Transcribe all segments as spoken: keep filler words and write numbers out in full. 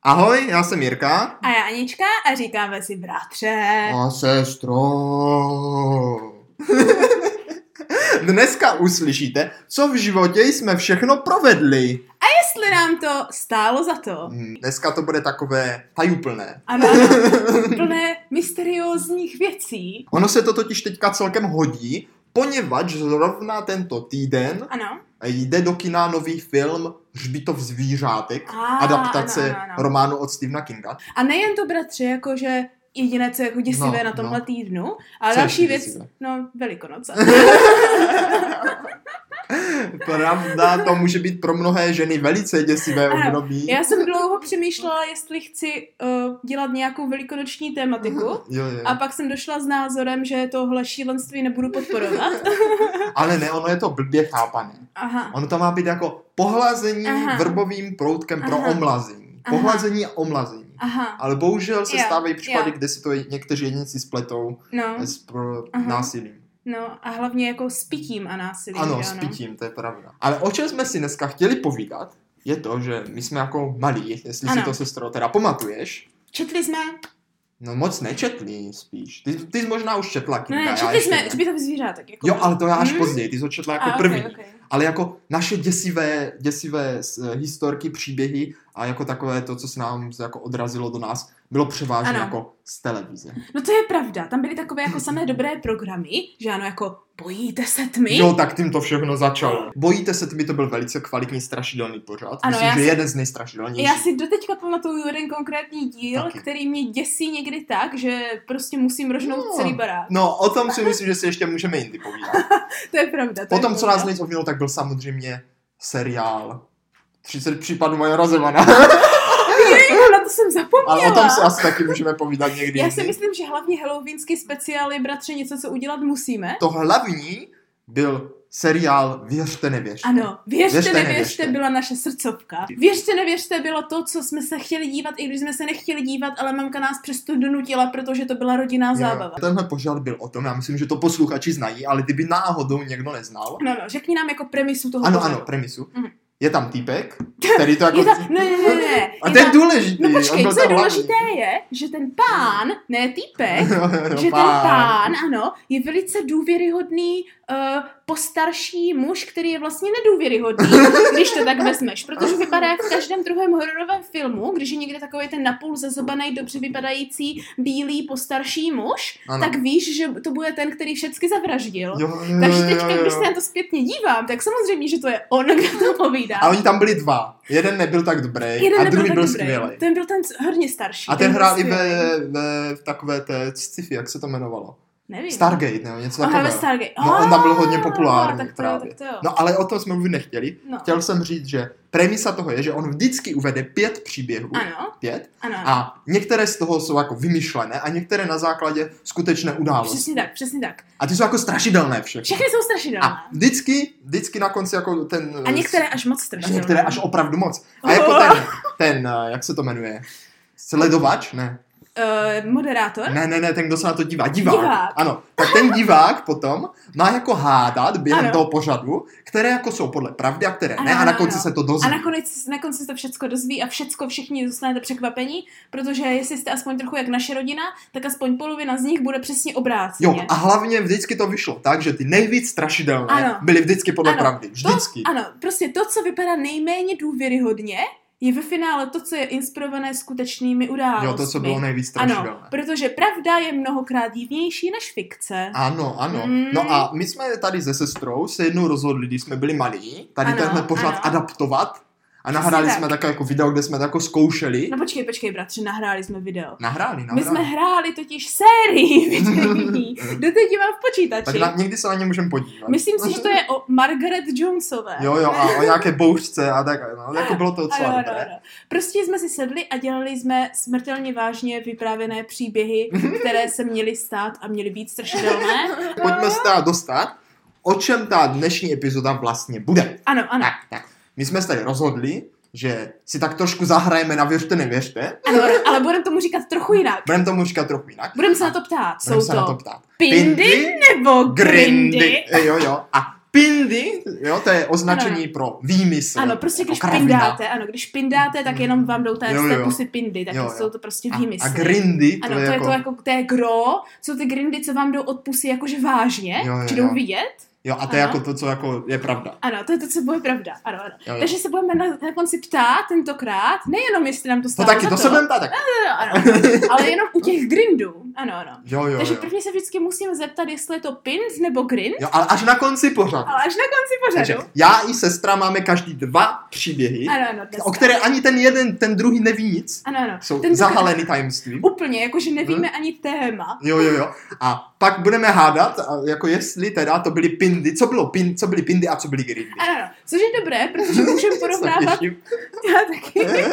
Ahoj, já jsem Jirka. A já Anička a říkáme si bratře. A sestro. Dneska uslyšíte, co v životě jsme všechno provedli. A jestli nám to stálo za to. Dneska to bude takové tajuplné. Ano, plné mysteriózních věcí. Ono se to totiž teďka celkem hodí, poněvadž zrovna tento týden Ano. jde do kina nový film Hřbitov zvířátek, A, adaptace ano, ano, ano. románu od Stephena Kinga. A nejen to, bratře, jakože jediné, co je jako děsivé No, na tomhle no. týdnu, ale Co je další děsivé? věc, no, Velikonoce. Pravda, to může být pro mnohé ženy velice děsivé Ano, období. já jsem dlouho přemýšlela, jestli chci uh, dělat nějakou velikonoční tématiku. Jo, jo. A pak jsem došla s názorem, že tohle šílenství nebudu podporovat. Ale ne, ono je to blbě chápané. Aha. Ono to má být jako pohlazení Aha. vrbovým proutkem pro Aha. omlazení. Aha. Pohlazení a omlazení. Aha. Ale bohužel se Jo, stávají případy, jo. kde si to někteří jedinci spletou No, s pro Aha. násilím. no a hlavně jako s pitím a násilím. Ano, že s pitím, to je pravda. Ale o čem jsme si dneska chtěli povídat, je to, že my jsme jako malí, jestli Ano. si to, sestro, teda pamatuješ. Četli jsme? No moc nečetli spíš. Ty, ty jsi možná už četla No Kinga, ne, já četli ještě jsme ne. Hřbitov zvířátek. Jako Jo, ale to já až Hmm? později, ty jsi ho četla jako A, první. okay, okay. Ale jako naše děsivé, děsivé uh, historky, příběhy a jako takové to, co se nám jako odrazilo do nás, bylo převážně Ano. jako z televize. No to je pravda, tam byly takové jako samé dobré programy, že ano, jako bojíte se tmy? Jo, tak tím to všechno začalo. Bojíte se tmy, to byl velice kvalitní strašidelný pořad. Ano, Myslím, já že si- jeden z nejstrašidelnějších. Já si doteďka pamatuju jeden konkrétní díl, Taky. který mě děsí někdy tak, že prostě musím rožnout No. celý barák. No, o tom si myslím, že si ještě můžeme jindy povídat. To je pravda. To Potom, je co pravda. nás nejvíc ovlivnilo, tak byl samozřejmě seriál třicet případů Moje Rozemana. Jo, na to jsem zapomněla. Ale o tom si asi taky můžeme povídat někdy Já jindy. si myslím, že hlavně halloweenský speciál je, bratře, něco, co udělat musíme. To hlavní byl seriál Věřte, nevěřte. Ano, věřte, Věřte, nevěřte, nevěřte. byla naše srdcovka. Věřte, nevěřte bylo to, co jsme se chtěli dívat, i když jsme se nechtěli dívat, ale mamka nás přesto donutila, protože to byla rodinná zábava. Jo, tenhle pořad byl o tom, já myslím, že to posluchači znají, ale kdyby náhodou někdo neznal. No, no, řekni nám jako premisu toho Ano, pořadu. ano, premisu. Mhm. Je tam týpek, který to jako... Je ta, ne, ne, ne, ne. A je to je tam- důležitý. No on počkej, byl co je tam důležité je, že ten pán, ne týpek, hlavní. Jo, jo, že ten pán, ano, je velice důvěryhodný uh, postarší muž, který je vlastně nedůvěryhodný, když to tak vezmeš, protože vypadá jak v každém druhém hororovém filmu, když je někde takový ten napůl zazobaný, dobře vypadající bílý postarší muž, Ano. tak víš, že to bude ten, který všecky zavraždil. Jo, jo, Takže jo, teďka, jo. když se na to zpětně dívám, tak samozřejmě, že to je on, kdo to povídá. A oni tam byli dva. Jeden nebyl tak dobrý Jeden a nebyl druhý tak byl dobrý. skvělý. Ten byl ten hodně starší. A ten byl hrál i skvělý. ve, ve v takové té sci-fi, jak se to jmenovalo? Nevím. Stargate, nebo něco Aha, takového. ve Stargate. No, on tam byl hodně Ah, populární tak to, právě. Tak to jo. No ale o tom jsme mluvit nechtěli. No. Chtěl jsem říct, že premisa toho je, že on vždycky uvede pět příběhů. Ano, Pět. ano. A některé z toho jsou jako vymyšlené a některé na základě skutečné události. Přesně tak, přesně tak. A ty jsou jako strašidelné všechny. Všechny jsou strašidelné. A vždycky, vždycky na konci jako ten... A některé až moc a strašidelné. některé až opravdu moc. A jako ten, ten, eh, jak se to jmenuje? Sledovač? Ne. Uh, moderátor? Ne, ne, ne, ten, kdo se na to dívá. Divák. Divák. Ano. Tak ten divák potom má jako hádat během Ano. toho pořadu, které jako jsou podle pravdy a které Ano, ne. A ano, na konci ano. se to dozví. A nakonec, nakonec se to všecko dozví a všecko všichni zůstanete překvapení, protože jestli jste aspoň trochu jak naše rodina, tak aspoň polovina z nich bude přesně obráceně. Jo, a hlavně vždycky to vyšlo tak, že ty nejvíc strašidelné Ano. byly vždycky podle Ano. pravdy. Vždycky. To, ano, prostě to, co vypadá nejméně důvěryhodně, je ve finále to, co je inspirované skutečnými událostmi. Jo, to, co bylo nejvíc Ano, strašidelné. protože pravda je mnohokrát divnější než fikce. Ano, ano. Mm. No a my jsme tady se sestrou se jednou rozhodli, když jsme byli malí, tady Ano, tenhle pořad ano. adaptovat a nahráli tak. jsme takové jako video, kde jsme to jako zkoušeli. No počkej, počkej, bratře, nahráli jsme video. Nahráli, nahráli. My jsme hráli totiž sérii videí. Doteď ji mám v počítači. Tak na, někdy se na ně můžeme podívat. Myslím si, že to je o Margaret Jonesové. Jo, jo, a o nějaké bouřce a tak, no, jako bylo to docela Ano, ano, dobré. ano. Prostě jsme si sedli a dělali jsme smrtelně vážně vyprávěné příběhy, které se měly stát a měly být strašidelné. Pojďme se teda dostat, o čem ta dnešní epizoda vlastně bude. Ano, ano. Tak, tak. My jsme se tady rozhodli, že si tak trošku zahrajeme na Věřte, nevěřte. Ano, ale budeme tomu říkat trochu jinak. Budeme tomu říkat trochu jinak. Budeme se na to ptát. Budeme Jsou se to na to ptát. pindy nebo grindy? Jo, jo. A Pindy, jo, to je označení ano. pro výmysl. Ano, prostě když kravina. pindáte, ano, když pindáte, tak jenom vám jdou Jo, z té jo. pusy pindy, tak Jo, jo. jsou to prostě A, výmysly. a grindy, to Ano, je to je jako... to jako, to je gro, jsou ty grindy, co vám jdou od pusy jakože vážně, Jo, jo, či jdou jo. vidět. Jo, a to je Ano. jako to, co jako je pravda. Ano, to je to, co bude pravda. Ano, ano. Jo, jo. Takže se budeme na, na konci ptát tentokrát, nejenom jestli nám to To stálo taky, za to se budeme ptát tak. Ano, ano, ale jenom u těch grindů. Ano, ano. Jo, jo, Takže jo. prvně se vždycky musíme zeptat, jestli je to pins nebo grind, Jo, ale až na konci pořadu. ale až na konci Takže pořadu. já i sestra máme každý dva příběhy, Ano, ano, dneska. o které ani ten jeden, ten druhý neví nic. Ano, ano. Jsou Tento- zahalený tajemstvím. Úplně, jakože nevíme ani téma. Jo, jo, jo. A pak budeme hádat, a jako jestli teda to byly pindy, co bylo pin, co byly pindy a co byly grindy. Ano, ano. Což je dobré, protože můžeme porovnávat. těším. Já taky.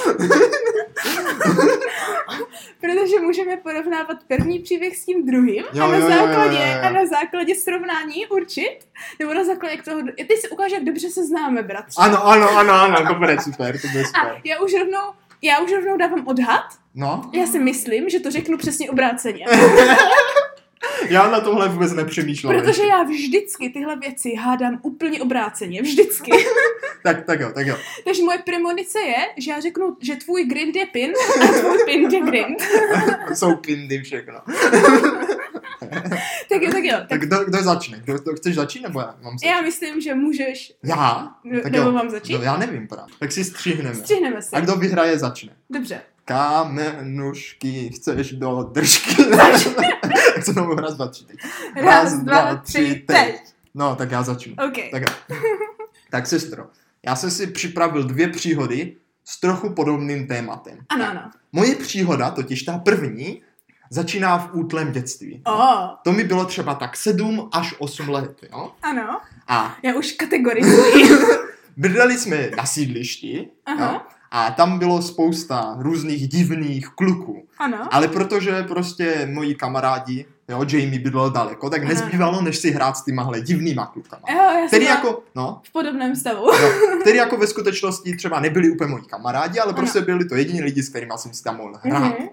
Protože můžeme porovnávat první příběh s tím druhým Jo, a na jo, jo, základě jo, jo, jo. a na základě srovnání určit, nebo na základě jak toho. Ty si ukáže, jak dobře se známe, bratře. Ano, ano, ano, ano, to bude super, to bude A super. já už rovnou, já už rovnou dávám odhad. No, Já si myslím, že to řeknu přesně obráceně. já na tohle vůbec nepřemýšlel. Protože já vždycky tyhle věci hádám úplně obráceně. Vždycky. Tak, tak jo, tak jo. Takže moje premonice je, že já řeknu, že tvůj grind je pin a tvůj pin je grind. Jsou pindy všechno. Tak jo, tak jo. Tak Tak kdo, kdo začne? Kdo, kdo, chceš začít, nebo já mám začít? já myslím, že můžeš. Já? Ne- Tak nebo jo. mám začít? No, já nevím právě. Tak si stříhneme. Střihneme se. A kdo vyhraje, začne. Dobře. Kamenušky, chceš do držky. Tak se tomu hrát dva, tři teď. Raz, dva, tři, teď. No, tak já začnu. OK. Tak, jo. Tak sestro, já jsem si připravil dvě příhody s trochu podobným tématem. Ano, ano. Moje příhoda, totiž ta první, začíná v útlém dětství. Oh, To mi bylo třeba tak sedm až osm let, jo? ano. A Já už kategorizuji. bydleli jsme na sídlišti, Aha. jo? A tam bylo spousta různých divných kluků. Ano. Ale protože prostě moji kamarádi, jo, Jamie bydlel daleko, tak Aha. nezbývalo, než si hrát s týmahle divnýma klukama. Jo, já jsem Který byla jako, no, v podobném stavu. jo, který jako ve skutečnosti třeba nebyli úplně moji kamarádi, ale Ano. prostě byli to jediní lidi, s kterými jsem si tam mohl hrát. Mhm.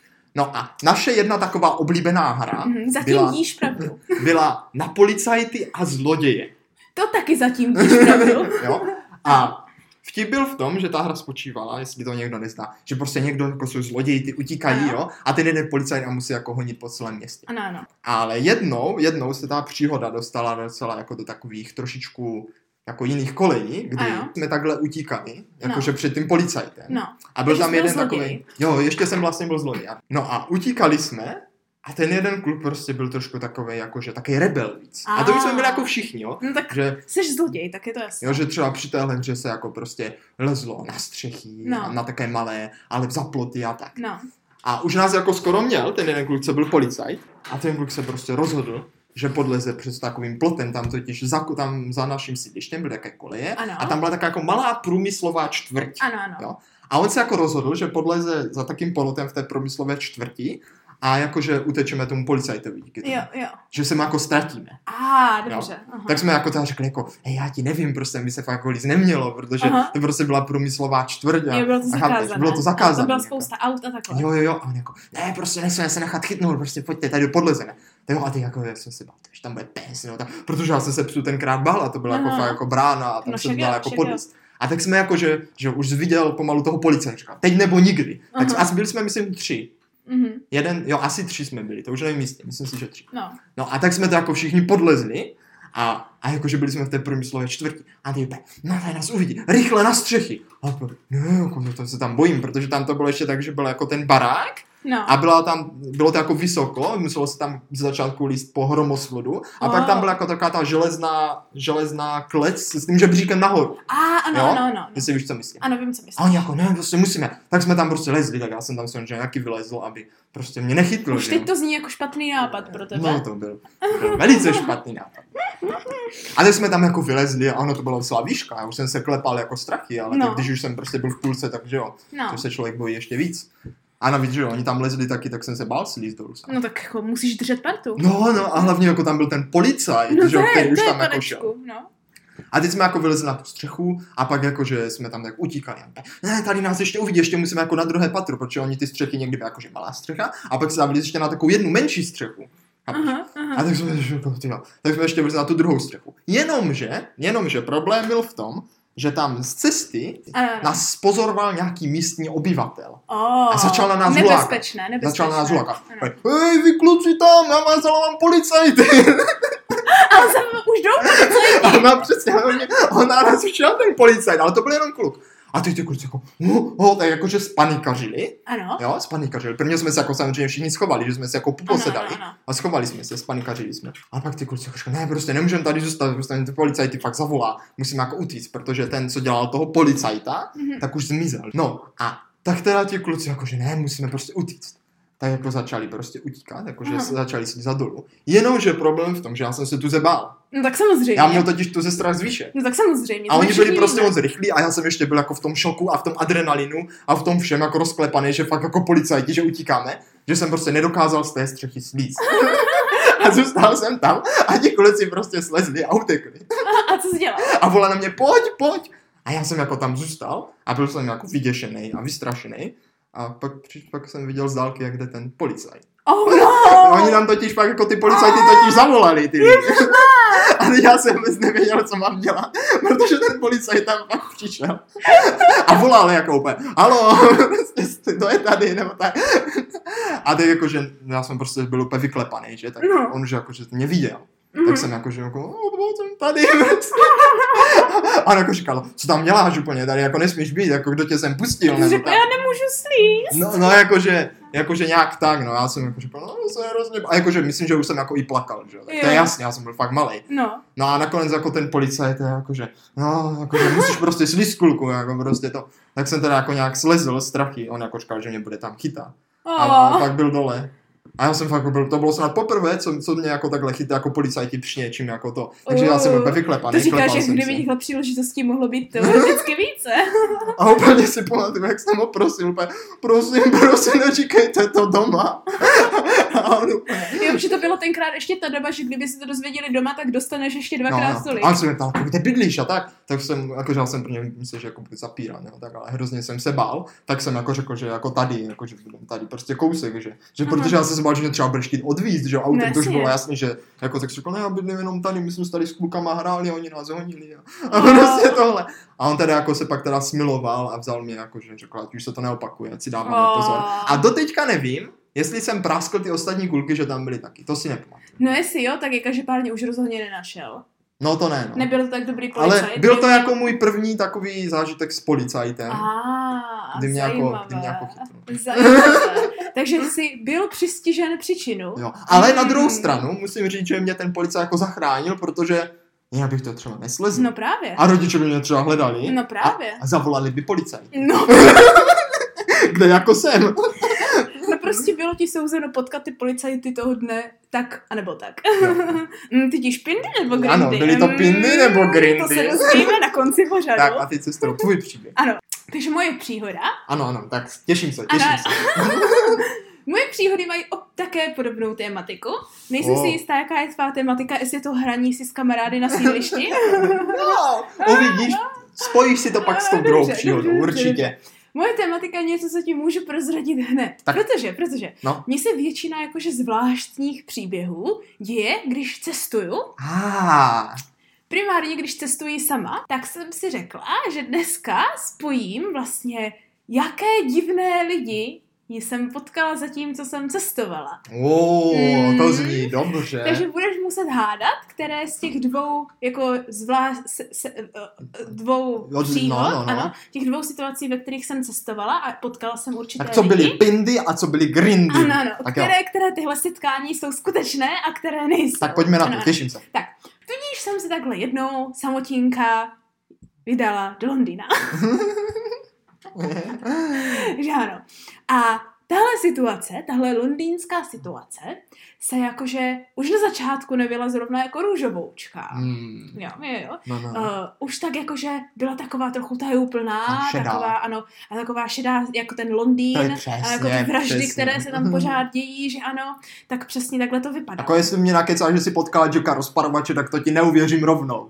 No a naše jedna taková oblíbená hra Mhm. Zatím byla, díš pravdu. byla na policajty a zloděje. To taky zatím díš pravdu. Jo? A vtip byl v tom, že ta hra spočívala, jestli to někdo nezná, že prostě někdo, jako jsou zloději, ty utíkají, Ano. jo, a ten jeden policajt a musí jako honit po celém městě. Ano, ano. Ale jednou, jednou se ta příhoda dostala docela jako do takových trošičku jako jiných kolejí, kdy Ano. jsme takhle utíkali, jakože No. před tím policajtem. No. A byl Takže tam jsi byl jeden zloděj. takový, jo, ještě jsem vlastně byl zloděj. No a utíkali jsme a ten jeden kluk prostě byl trošku takový, jakože takový rebel víc. A to už jsme byli jako všichni, jo. No tak Že, jsi zloděj, tak je to jasné. jo, že třeba při téhle hře se jako prostě lezlo na střechy, No. na, na také malé, ale za ploty a tak. No. A už nás jako skoro měl, ten jeden kluk, co byl policajt, a ten kluk se prostě rozhodl, že podleze přes takovým plotem, tam totiž za, tam za naším sídlištěm byly také koleje, Ano. a tam byla taková jako malá průmyslová čtvrť. Ano, ano. Jo. A on se jako rozhodl, že podleze za takým plotem v té průmyslové čtvrti a jakože utečeme tomu policajtovi díky tomu. Jo, jo. Že se mu jako ztratíme. A, dobře. Aha. Tak jsme jako teda řekli jako, hej, já ti nevím, prostě mi se fakt jako líst nemělo, protože Aha. to prostě byla průmyslová čtvrť. A, Jo, bylo to a chápeš, zakázané. bylo to zakázané. Tam byla jako. spousta aut a takhle. Jo, jo, jo. A on jako, ne, prostě nesmíme se nechat chytnout, prostě pojďte, tady podlezeme. Jo, a ty jako, já jsem si bál, že tam bude pes, no, tak, protože já jsem se psů tenkrát bál a to byla jako, Aha. fakt jako brána a tam No, se však dala jo, jako však podlist. A tak jsme jako, že, že už viděl pomalu toho policajčka. Teď nebo nikdy. Tak Aha. asi byli jsme, myslím, tři. Mhm. Jeden, jo, asi tři jsme byli, to už nevím jistě, myslím si, že tři. No. No a tak jsme to jako všichni podlezli a, a jakože byli jsme v té průmyslové čtvrti. A ty úplně, no tady nás uvidí, rychle na střechy. A to, ne, jako, no, to se tam bojím, protože tam to bylo ještě tak, že byl jako ten barák No. a byla tam, bylo to jako vysoko, muselo se tam z začátku líst po hromosvodu a Oh. pak tam byla jako taková ta železná, železná klec s tím žebříkem nahoru. A, ano, Jo? ano, ano. ano. Jestli víš, co myslím. Ano, vím, co A myslím. oni jako, ne, prostě musíme. Tak jsme tam prostě lezli, tak já jsem tam samozřejmě nějaký vylezl, aby prostě mě nechytl. Už že jo. teď to zní jako špatný nápad pro tebe. No, to byl, to byl velice špatný nápad. A teď jsme tam jako vylezli a ono to bylo docela výška. Já už jsem se klepal jako strachy, ale No. tak, když už jsem prostě byl v půlce, takže jo, No. to se člověk bojí ještě víc. A navíc, že jo, oni tam lezli taky, tak jsem se bál slízt dolů sám. No tak jako musíš držet partu. No, no a hlavně jako tam byl ten policajt, No že to jo, který je, už to je tam jako šel. panečku, no. A teď jsme jako vylezli na tu střechu a pak jako, že jsme tam tak utíkali. Ne, tady nás ještě uvidí, ještě musíme jako na druhé patro, protože oni ty střechy někdy byly jakože malá střecha a pak se tam vylez ještě na takovou jednu menší střechu. Aha, aha. A tak jsme, tak jsme ještě byli na tu druhou střechu. Jenomže, jenomže problém byl v tom, že tam z cesty ano. nás spozoroval nějaký místní obyvatel. Oh, a začal na nás nebezpečné, hulákat. nebezpečné. Začal na nás hulákat. Hej, vy kluci tam, já mám zavolám policajty. Ale jsem už jdou policajti. A ona přesně, on na nás přišel ten policajt, ale to byl jenom kluk. A teď ty kluci jako, oh, oh, tak jakože spanikařili. Ano. Jo, spanikařili. Prvně jsme se jako samozřejmě všichni schovali, že jsme se jako poposedali. Ano, ano, ano. A schovali jsme se, spanikařili jsme. A pak ty kluci jako, ne, prostě nemůžeme tady zůstat, prostě ty policajty fakt zavolá. Musíme jako utíct, protože ten, co dělal toho policajta, mm-hmm. tak už zmizel. No a tak teda ti kluci jako, že ne, musíme prostě utíct. Tak jako začali prostě utíkat, jakože začali slízat dolů. Jenomže problém v tom, že já jsem se tu zebál. No tak samozřejmě. Já měl totiž tu ze strach z výše. No tak samozřejmě. A oni byli prostě moc rychlí a já jsem ještě byl jako v tom šoku a v tom adrenalinu a v tom všem jako rozklepaný, že fakt jako policajti, že utíkáme, že jsem prostě nedokázal z té střechy slízt. A zůstal jsem tam a ti kluci prostě slezli a utekli. A, a co jsi dělal? A volá na mě, pojď, pojď. A já jsem jako tam zůstal a byl jsem jako vyděšený a vystrašený. A pak, pak jsem viděl z dálky, jak jde ten policajt. Oh no! Oni nám totiž pak jako ty policajty totiž zavolali, ty lidi. A já jsem vůbec nevěděl, co mám dělat, protože ten policajt tam pak přišel. A volal jako úplně, halo, to je tady, nebo tak. A teď jakože, já jsem prostě byl úplně vyklepaný, že, tak no. on už jakože mě viděl. Mm-hmm. Tak jsem jakože jako, oh, jsem tady. A on jako říkal, co tam děláš úplně, tady jako nesmíš být, jako kdo tě sem pustil. Nebo řekl, já nemůžu slízt. No, no jakože, jakože nějak tak, no, já jsem jakože, no, to je hrozně, a jakože myslím, že už jsem jako i plakal, že, tak to je jasně, já jsem byl fakt malej. No. No a nakonec jako ten policajt je jakože, no, jakože musíš prostě slízt kulku, jako prostě to, tak jsem teda jako nějak slezl strachy, on jako říkal, že mě bude tam chytat. Oh. A, a pak byl dole. A já jsem fakt byl, to bylo snad poprvé, co, co mě jako takhle chytá jako policajti při něčím jako to. Takže uh, já jsem byl vyklepaný. To říkáš, že kdyby těchhle příležitostí mohlo být teoreticky více. A úplně si pamatuju, jak jsem ho prosil, úplně, prosím, prosím, neříkejte to doma. A on úplně... Jo, že to bylo tenkrát ještě ta doba, že kdyby si to dozvěděli doma, tak dostaneš ještě dvakrát no, no. tolik. A on se mě ptal, kde bydlíš a tak. Tak jsem, jakože já jsem prvně myslel, že jako budu zapíran, jo, tak, ale hrozně jsem se bál. Tak jsem jako řekl, že jako tady, jako že tady prostě kousek, že, že protože já jsem se bál, že mě třeba bude chtít odvízt, že autem, to už bylo jasný, že jako tak řekl, ne, já bydlím jenom tady, my jsme tady s klukama hráli a oni nás honili. A, a prostě tohle. A on teda jako se pak teda smiloval a vzal mě jako, že řekl, ať už se to neopakuje, ať si dáváme oh. pozor. A doteďka nevím, jestli jsem praskl ty ostatní kulky, že tam byly taky, to si nepamatuju. No jestli jo, tak je každopádně už rozhodně nenašel. No to ne, no. Nebyl to tak dobrý policajt. Ale byl to jako můj první takový zážitek s policajtem. Ah, kdy mě jako, kdy mě jako chytl. Zajímavé. Takže jsi byl přistižen příčinu. Jo, ale hmm. na druhou stranu musím říct, že mě ten policajt jako zachránil, protože já bych to třeba neslezl. No právě. A rodiče by mě třeba hledali. No právě. A, a zavolali by policajt. No. Kde jako jsem. No prostě bylo ti souzeno potkat ty policajty toho dne tak, anebo tak. Ty ti špindy nebo grindy? Ano, byly to pindy nebo grindy. To se dozvíme na konci pořadu. Tak a teď sestro, tvůj příběh. Ano, takže moje příhoda. Ano, ano, tak těším se, těším ano. se. Moje příhody mají o také podobnou tématiku. Nejsem oh. si jistá, jaká je tvá tématika, jestli je to hraní si s kamarády na sídlišti. No, uvidíš, spojíš si to pak s tou druhou příhodou, určitě. Moje tematika je něco, co ti můžu prozradit hned. Tak. Protože, protože no. mně se většina jakože zvláštních příběhů děje, když cestuju. Ah. Primárně, když cestuji sama, tak jsem si řekla, že dneska spojím vlastně, jaké divné lidi jsem potkala za tím, co jsem cestovala. Oh, mm. to zní dobře. Takže budeš muset hádat, které z těch dvou jako zvlášť se, se, dvou no, příhod, no, no, no. ano, těch dvou situací, ve kterých jsem cestovala a potkala jsem určité Tak co byly lidi. pindy a co byly grindy. Ano, ano, tak které, které tyhle setkání jsou skutečné a které nejsou. Tak pojďme na to, ano, těším se. Tak, tudíž jsem se takhle jednou samotínka vydala do Londýna. Že ano. A tahle situace, tahle londýnská situace se jakože už na začátku nebyla zrovna jako růžovoučka. Hmm. Jo, jo, jo. No, no. Uh, už tak jakože byla taková trochu tajuplná, taková, ano, a taková šedá, jako ten Londýn, přesně, a jako ty vraždy, přesně. které se tam pořád dějí, že ano, tak přesně takhle to vypadá. Jako jestli mě nakecáš, že si potkala Jacka rozparovače, tak to ti neuvěřím rovnou.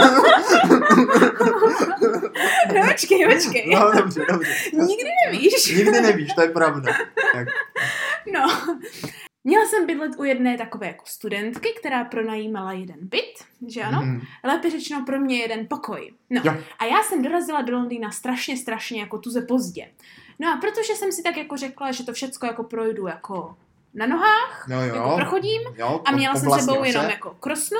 No, počkej, počkej. No, dobře, dobře. Nikdy nevíš. Nikdy nevíš, to je pravda. Tak. No, Měla jsem bydlet u jedné takové jako studentky, která pronajímala jeden byt, že ano? Mm. Lépe řečeno pro mě jeden pokoj. No. Jo. A já jsem dorazila do Londýna strašně, strašně jako tuze pozdě. No a protože jsem si tak jako řekla, že to všecko jako projdu jako na nohách, jo, jo. jako prochodím jo, a měla jsem sebou jenom jako krosnu,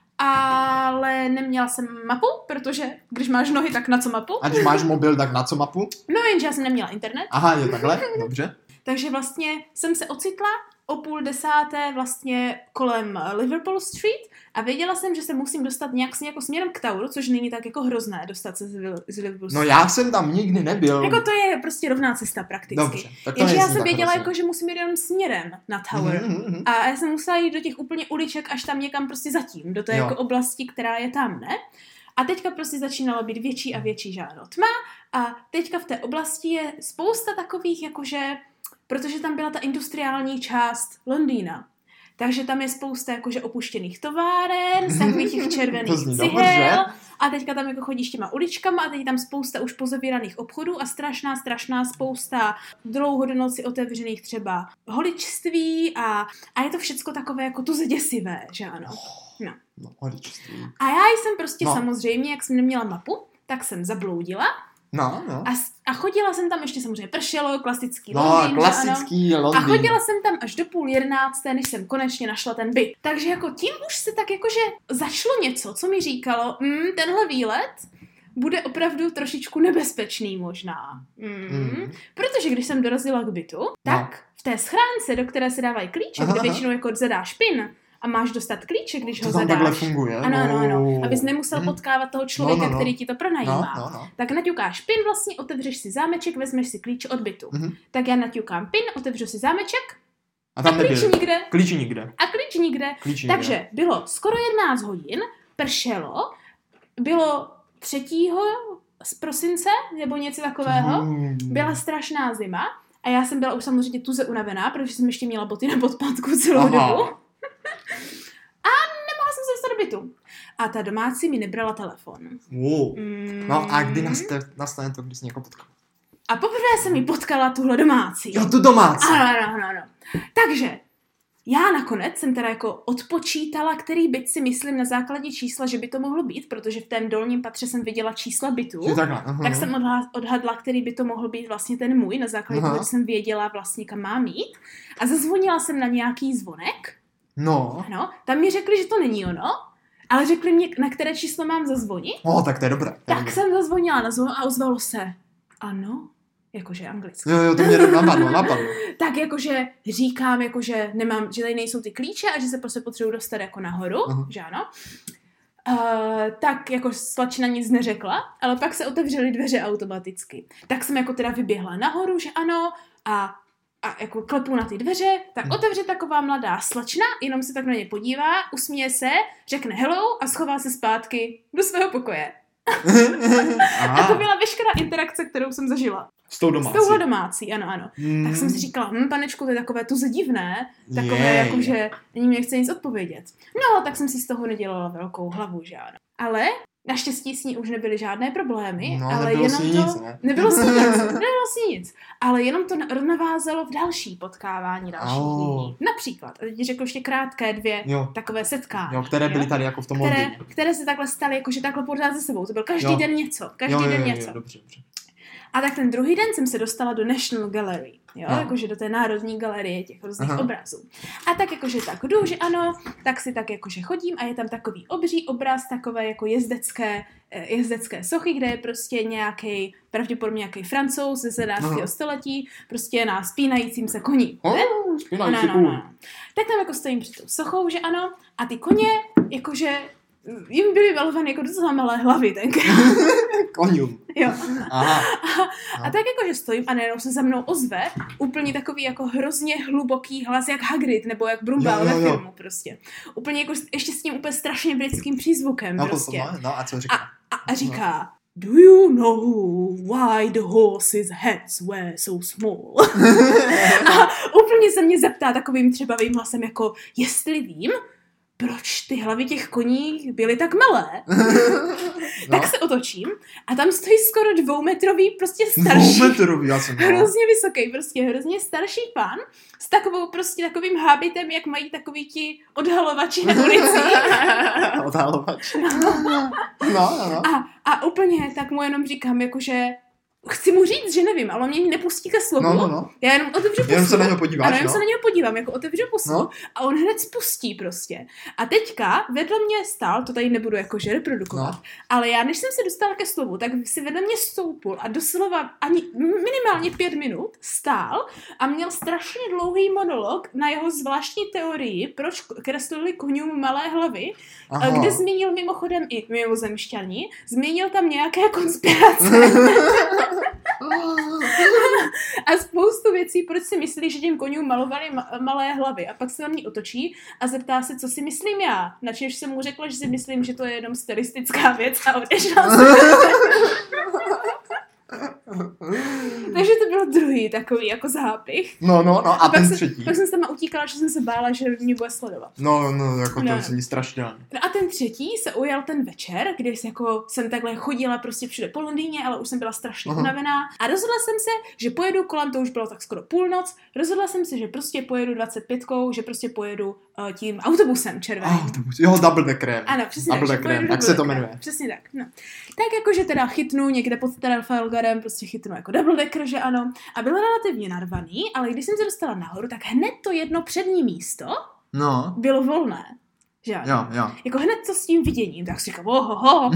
ale neměla jsem mapu, protože když máš nohy, tak na co mapu? A když máš mobil, tak na co mapu? No jenže já jsem neměla internet. Aha, je takhle, dobře. Takže vlastně jsem se ocitla o půl desáté vlastně kolem Liverpool Street a věděla jsem, že se musím dostat nějak jako směrem k Toweru, což není tak jako hrozné dostat se z Liverpool Street. No já jsem tam nikdy nebyl. Jako to je prostě rovná cesta prakticky. Dobře, tak to jenže já jsem věděla, jako, že musím jít jenom směrem na Tower. Mm-hmm. A já jsem musela jít do těch úplně uliček až tam někam prostě zatím, do té jo. jako oblasti, která je tam, ne? A teďka prostě začínalo být větší a větší žádno tma a teďka v té oblasti je spousta takových jakože, protože tam byla ta industriální část Londýna. Takže tam je spousta jakože opuštěných továren, z takových těch červených cihel a teďka tam jako chodíš těma uličkama a teď je tam spousta už pozavíraných obchodů a strašná, strašná spousta dlouho do noci otevřených třeba holičství a, a je to všecko takové jako tuze děsivé, že ano. No. No, holičství. A já jsem prostě no. samozřejmě, jak jsem neměla mapu, tak jsem zabloudila. No, no. A, a chodila jsem tam, ještě samozřejmě pršelo, klasický no, Londýn. klasický Londýn. A chodila jsem tam až do půl jedenácté, než jsem konečně našla ten byt. Takže jako tím už se tak jakože začalo něco, co mi říkalo, mm, tenhle výlet bude opravdu trošičku nebezpečný možná. Mm. Mm. Protože když jsem dorazila k bytu, tak no. v té schránce, do které se dávají klíče, aha, kde většinou jako zadáš pin, a máš dostat klíček, když to ho tam zadáš. Takhle funguje. Ano, ano, ano. Abys nemusel hmm. potkávat toho člověka, no, no, no. který ti to pronajímá. No, no, no. Tak naťukáš pin, vlastně otevřeš si zámeček, vezmeš si klíč od bytu. Mm-hmm. Tak já naťukám pin, otevřu si zámeček a, tam a klíč nikde. Klíč nikde. A klíč nikde. Klíč Takže nikde. Bylo skoro jedenáct hodin, pršelo, bylo třetího z prosince, nebo něco takového, mm. byla strašná zima a já jsem byla už samozřejmě tuze unavená, protože jsem ještě měla boty na podpátku celou Aha. dobu. A nemohla jsem se dostat do bytu. A ta domácí mi nebrala telefon. Wow. Mm. No a kdy nastane, nastane to, když jsi někoho potkala? A poprvé jsem mi potkala tuhle domácí. Jo, tu domácí. Ano, ano, ano, ano. Takže já nakonec jsem teda jako odpočítala, který byt si myslím na základě čísla, že by to mohlo být, protože v tom dolním patře jsem viděla čísla bytů. Tak jsem odhadla, který by to mohl být vlastně ten můj, na základě toho, že jsem věděla vlastně, kam mám jít. A zazvonila jsem na nějaký zvonek. No. Ano, tam mi řekli, že to není ono, ale řekli mi, na které číslo mám zazvonit. O, tak to je dobré. To je tak dobré. jsem zazvonila na zvon a ozvalo se. Ano, jakože anglicky. Jo, jo, to mě napadlo, napadlo. Tak jakože říkám, jakože nemám, že tady nejsou ty klíče a že se prostě potřebuji dostat jako nahoru, uh-huh. že ano. Uh, tak jako slečna nic neřekla, ale pak se otevřely dveře automaticky. Tak jsem jako teda vyběhla nahoru, že ano, a a jako klepu na ty dveře, tak otevře taková mladá slečna, jenom se tak na ně podívá, usměje se, řekne hello a schová se zpátky do svého pokoje. A to byla veškerá interakce, kterou jsem zažila. S tou domácí. S touhle domácí, ano, ano. Mm. Tak jsem si říkala, hm, panečku, to je takové tuze divné, takové yeah. jako, že ani mi nechce nic odpovědět. No, tak jsem si z toho nedělala velkou hlavu, že ano. Ale naštěstí s ní už nebyly žádné problémy, no, ale jenom to... Nic, ne? Nebylo s ní nic, nebylo s ní nic. Ale jenom to navázalo v další potkávání dalších oh. lidí. Například, a teď řekl ještě krátké dvě jo. takové setkání. Jo, které byly tady jako v tom které, které se takhle staly, jakože takhle pořád ze sebou. To byl každý jo. den něco, každý jo, jo, den jo, něco. Jo, dobře, dobře. A tak ten druhý den jsem se dostala do National Gallery, jo, no. jakože do té národní galerie těch různých Aha. obrazů. A tak jakože tak jdu, že ano, tak si tak jakože chodím a je tam takový obří obraz, takové jako jezdecké, jezdecké sochy, kde je prostě nějaký, pravděpodobně nějaký Francouz ze sedmnáctého století, prostě na spínajícím se koni. Oh, spínající no, no, no, no. Tak tam jako stojím před tou sochou, že ano, a ty koně, jakože jim byly malované jako docela malé hlavy tenkrát. Konňům. Jo. Aha. A, a tak jako, že stojím a najednou se za mnou ozve úplně takový jako hrozně hluboký hlas, jak Hagrid, nebo jak Brumbal ve filmu prostě. Úplně jako ještě s tím úplně strašně britským přízvukem no, prostě. No, no, a co říká? A, a, a říká, no. Do you know why the horses' heads were so small? A úplně se mě zeptá takovým třebavým hlasem jako, jestli vím, proč ty hlavy těch koní byly tak malé. No. Tak se otočím a tam stojí skoro dvoumetrový, prostě starší. Dvoumetrový, já jsem Hrozně vysoký, prostě hrozně starší pán s takovou prostě takovým hábitem, jak mají takový ti odhalovači na ulici. Odhalovač. No, no, no. A, a úplně tak mu jenom říkám, jakože chci mu říct, že nevím, ale on mě nepustí ke slovu. No, no, no. Já jenom otevřu pusu. Jenom se na něho podíváš, Ano, jenom no? se na něho podívám, jako otevřu pusu No. a on hned spustí prostě. A teďka vedle mě stál, to tady nebudu jakože reprodukovat, No. ale já než jsem se dostala ke slovu, tak si vedle mě stoupil a doslova ani minimálně pět minut stál a měl strašně dlouhý monolog na jeho zvláštní teorii, proč kreslili koňům malé hlavy, Aha. kde zmínil mimochodem i mimozemšťaní, zmínil tam nějaké konspirace. A spoustu věcí, proč si myslí, že těm koňům malovali ma- malé hlavy. A pak se na mě otočí a zeptá se, co si myslím já. Načež jsem mu řekla, že si myslím, že to je jenom stylistická věc a odešla jsem. Takže to byl druhý takový jako zápich. No, no, no, a, A pak ten se, třetí. pak jsem se tam utíkala, že jsem se bála, že mě bude sledovat. No, no, jako No. to zní strašidelný. No a ten třetí se ujel ten večer, kdy jsi jako jsem takhle chodila prostě všude po Londýně, ale už jsem byla strašně Aha. unavená. A rozhodla jsem se, že pojedu kolem, to už bylo tak skoro půlnoc, rozhodla jsem se, že prostě pojedu dvacet pětkou, že prostě pojedu uh, tím autobusem červeným. Oh, to bude, jo, double deckrem. Ano, přesně Double tak. že deckrem, pojedu tak double se to deckrem. jmenuje. Přesně tak, no. Tak jakože teda chytnu někde pod Trafalgarem, prostě chytnu jako double decker, že ano. A byl relativně narvaný, ale když jsem se dostala nahoru, tak hned to jedno přední místo No, bylo volné. Že ano? jo, jo. Jako hned to s tím viděním, tak si říkám, ohoho.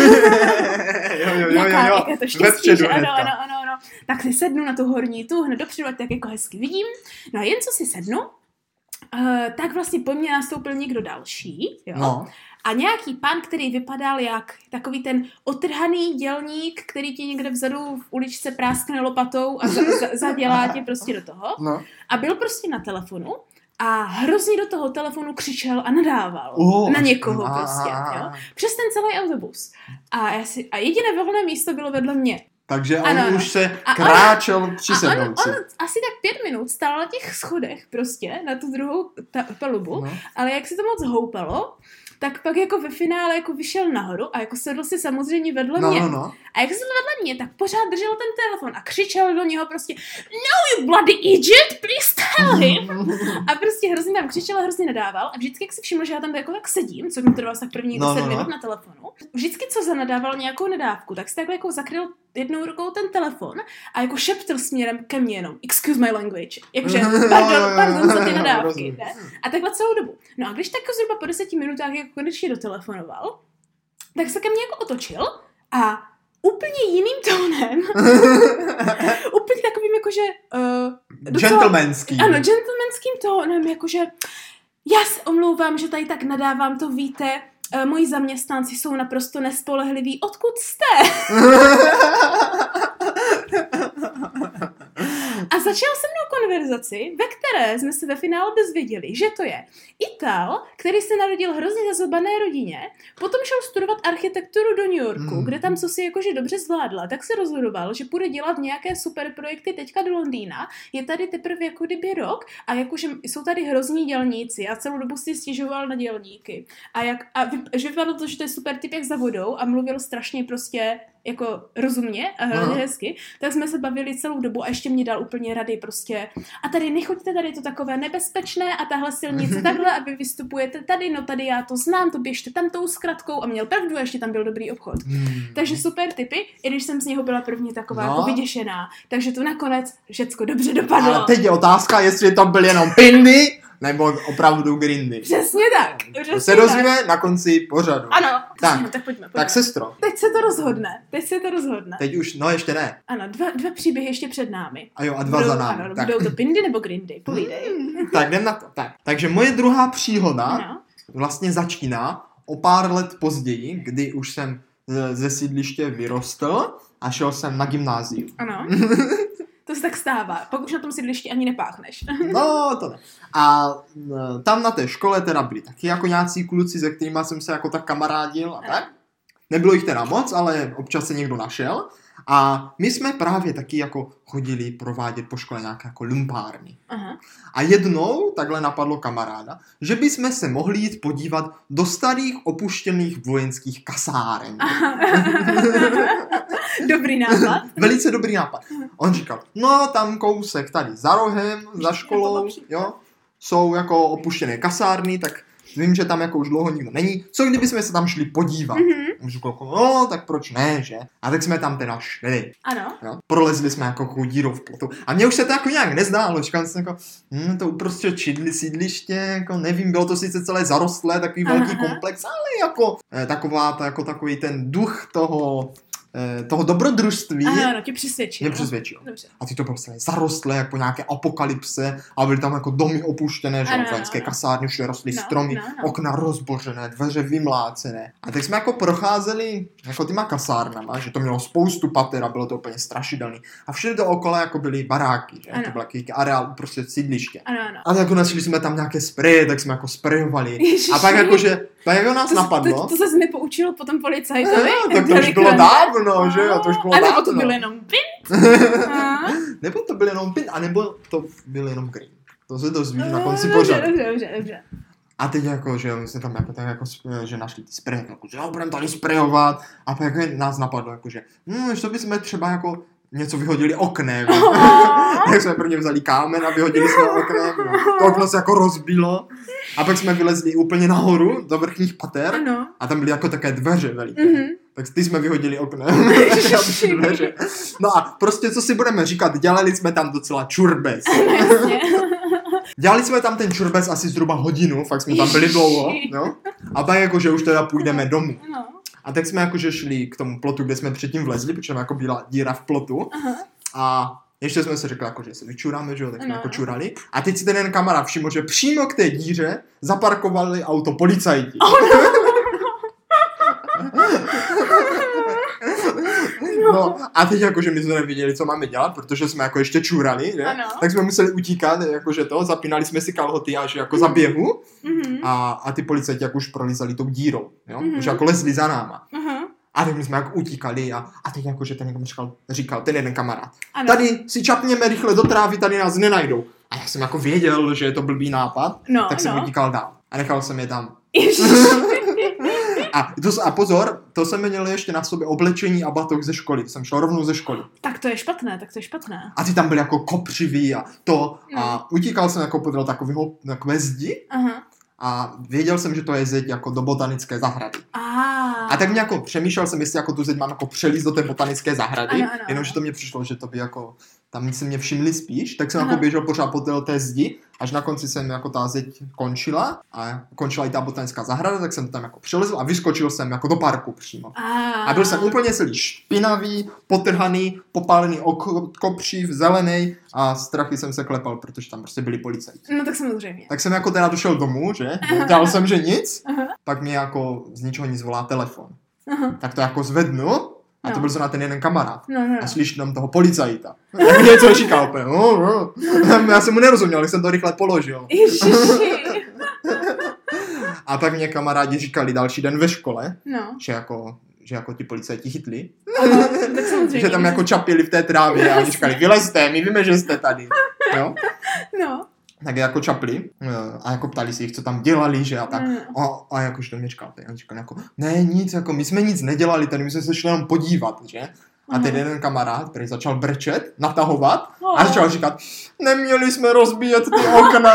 jo, jo, jo, Jaká, jo, jaké to jo. štěstí, že ano, hnedka. ano, ano, ano. Tak si sednu na tu horní tu, hned dopředu, ať tak jako hezky vidím. No a jen co si sednu, uh, tak vlastně po mně nastoupil někdo další, jo. No, A nějaký pán, který vypadal jak takový ten otrhaný dělník, který ti někde vzadu v uličce práskne lopatou a za, za, zadělá tě prostě do toho. no. A byl prostě na telefonu a hrozně do toho telefonu křičel a nadával Oh, na někoho a- prostě, jo. Přes ten celý autobus. A, já si, a jediné volné místo bylo vedle mě. Takže on Ano, ano. už se A on- kráčel při A on, sednouci. on asi tak pět minut stál na těch schodech prostě, na tu druhou ta, palubu, No. ale jak se to moc houpalo, tak pak jako ve finále jako vyšel nahoru a jako sedl si samozřejmě vedle No, mě. no, no. A jak se vedle mě, tak pořád držel ten telefon a křičel do něho prostě No you bloody idiot, please tell him. A prostě hrozně tam křičel a hrozně nadával a vždycky, jak si všiml, že já tam jako tak sedím, co mi trvalo tak první No, deset no, no. minut na telefonu, vždycky, co zanadával nějakou nadávku, tak si takhle jako zakryl jednou rukou ten telefon a jako šeptl směrem ke mně jenom excuse my language, jakože pardon, pardon za ty nadávky, Rozumím. ne? A takhle celou dobu. No a když tak zhruba po deseti minutách jako konečně dotelefonoval, tak se ke mně jako otočil a úplně jiným tónem, úplně takovým jakože uh, docela, Gentlemanský. ano, gentlemanským tónem, jakože já se omlouvám, že tady tak nadávám, to víte, uh, moji zaměstnanci jsou naprosto nespolehliví, odkud jste? A začal se mnou konverzaci, ve které jsme se ve finále dozvěděli, že to je Ital, který se narodil hrozně zazobané rodině, potom šel studovat architekturu do New Yorku, Hmm. kde tam co si jakože dobře zvládla, tak se rozhodoval, že půjde dělat nějaké super projekty teďka do Londýna, je tady teprve jako kdyby rok a jakože jsou tady hrozní dělníci a celou dobu si stěžoval na dělníky. A, jak, a vy, že vypadalo to, že to je super typ jak za vodou a mluvil strašně prostě jako rozumně a hrozně Aha. hezky, tak jsme se bavili celou dobu a ještě mě dal úplně rady prostě. A tady nechoďte, tady je to takové nebezpečné a tahle silnice takhle a vy vystupujete tady, no tady já to znám, to běžte tam tou zkratkou a měl pravdu a ještě tam byl dobrý obchod. Hmm. Takže super tipy, i když jsem z něho byla první taková No. jako vyděšená. Takže to nakonec všecko dobře dopadlo. A teď je otázka, jestli to byl jenom Pindy, nebo opravdu Grindy. Přesně tak. To Přesně se dozvíme na konci pořadu. Ano, Tak. tak, tak pojďme, pojďme. Tak sestro, Teď se to rozhodne. Teď se to rozhodne. teď už, no ještě ne. Ano, dva, dva příběhy ještě před námi. A jo, a dva budou, za námi. Ano, Tak. budou to Pindy nebo Grindy? Povídej. Tak jdem na to. Tak. Takže moje druhá příhoda Ano. vlastně začíná o pár let později, kdy už jsem ze- ze sídliště vyrostl a šel jsem na gymnázium. Ano. To se tak stává. Pak už na tom sídlišti ani nepáchneš. No, to ne. A e, tam na té škole teda byli taky jako nějací kluci, se kterými jsem se jako tak kamarádil a tak. Nebylo jich teda moc, ale občas se někdo našel. A my jsme právě taky jako chodili provádět po škole nějaké jako lumpárny. Aha. A jednou takhle napadlo kamaráda, že bychom se mohli jít podívat do starých opuštěných vojenských kasáren. Dobrý nápad. Velice dobrý nápad. On říkal, no tam kousek tady za rohem, za školou, jo, jsou jako opuštěné kasárny, tak vím, že tam jako už dlouho nikdo není. Co kdybychom se tam šli podívat? Mm-hmm. On říkal, no tak proč ne, že? A tak jsme tam teda šli. Ano. Jo? Prolezli jsme jako dírou v plotu. A mně už se to jako nějak nezdálo. Říkal jsem jako, hm, to uprostřed čidli, sídliště, jako nevím, bylo to sice celé zarostlé, takový Aha. velký komplex, ale jako eh, taková, ta, jako takový ten duch toho, eh, toho dobrodružství Ano, ano, tě přesvědčil. mě přesvědčil. Dobře. A ty to bylo celé zarostlé, jak po nějaké apokalypse, a byly tam jako domy opuštěné, že Ano, vojenské ano. kasárny, všude rostly No, stromy, no, no. okna rozbořené, dveře vymlácené. A tak jsme jako procházeli jako těma kasárnama, že to mělo spoustu pater a bylo to úplně strašidelný. A všude dookola jako byly baráky, že? Ano. To byl jaký areál prostě sídliště. Ano, ano. A jako našli jsme tam nějaké spreje, tak jsme jako sprejovali. Ježiši. A pak jakože, tak jako nás To, napadlo. to, to, to se mi poučilo potom policajtovi. No, tak to už bylo dávno, že jo, to už bylo A nebo dávno. to byl jenom pint. A? Nebo to byl jenom pin, anebo to byl jenom green. To se dozvíš na konci Dobře, pořadu. Dobře, dobře, dobře. A teď jako, že my jsme tam jako, tak jako, že našli ty spreje, jako, že jo, budeme tady sprejovat. A pak jako nás napadlo, jako, že hm, že to bychom třeba jako něco vyhodili oknem. Tak jsme prvně vzali kámen a vyhodili jsme oknem. No. To okno se jako rozbilo. A pak jsme vylezli úplně nahoru do vrchních pater. Ano. A tam byly jako také dveře veliké. Mhm. Tak ty jsme vyhodili oknem. Dveře. No a prostě, co si budeme říkat, dělali jsme tam docela čurbes. Jasně. Dělali jsme tam ten čurbes asi zhruba hodinu, fakt jsme tam byli dlouho, no. A pak jako, že už teda půjdeme domů. No. A tak jsme jakože šli k tomu plotu, kde jsme předtím vlezli, protože tam jako byla díra v plotu. Aha. A ještě jsme si řekli, jako, že se vyčuráme, že jo, tak jsme No. jako čurali. A teď si ten jeden kamarád všiml, že přímo k té díře zaparkovali auto policajti. No a teď jakože my jsme nevěděli, co máme dělat, protože jsme jako ještě čurali, že? Ano. Tak jsme museli utíkat, jakože to, zapínali jsme si kalhoty až jako za běhu Mhm. a, a ty policajti jako už prolizali tou dírou, jo? Mhm. Už jako lezli za náma. Aha. A tak my jsme jako utíkali a, a teď jakože ten jako říkal, říkal, ten jeden kamarád, Ano. tady si čapněme rychle do trávy, tady nás nenajdou. A já jsem jako věděl, že je to blbý nápad, No, tak jsem no. utíkal dál a nechal jsem je tam. Ježiši. A, to, a pozor, to jsem měl ještě na sobě oblečení a batoh ze školy, jsem šel rovnou ze školy. Tak to je špatné, tak to je špatné. A ty tam byly jako kopřivý a to. A utíkal jsem jako podle takového takové zdi Aha. a věděl jsem, že to je zeď jako do botanické zahrady. A. A tak mě jako přemýšlel jsem, jestli jako tu zeď mám jako přelíst do té botanické zahrady, Ano, ano, jenomže to mě přišlo, že to by jako tam si mě všimli spíš, tak jsem Aha. jako běžel pořád po té, té zdi, až na konci jsem jako ta zeď končila a končila i ta botanická zahrada, tak jsem tam jako přelezl a vyskočil jsem jako do parku přímo. A. A byl jsem úplně celý špinavý, potrhaný, popálený oko- kopřiv, zelený a strachy jsem se klepal, protože tam prostě byli policajti. No tak samozřejmě. Tak jsem jako teda došel domů, že? Dělal jsem, že nic, Aha. pak mi jako z ničeho nic volá telefon. Aha. Tak to jako zvednu a to No. byl zrovna ten jeden kamarád. No, no, A no. slyším tam toho policajta. Jak něco říkal úplně. No, no. Já jsem mu nerozuměl, tak jsem to rychle položil. Ježiši. A pak mě kamarádi říkali další den ve škole, No. že jako, že jako ti policajti chytli. Aha, tak samozřejmě. Že tam jako čapili v té trávě a oni říkali, vylezte, my víme, že jste tady. Jo? No. Tak jako čapli a jako ptali se jich, co tam dělali, že a tak. No. A, a jakože to mě říkal, a on říkal jako, ne, nic, jako my jsme nic nedělali, tady my jsme se šli jenom podívat, že? A ten jeden kamarád, který začal brečet, natahovat a začal říkat, neměli jsme rozbíjet ty okna.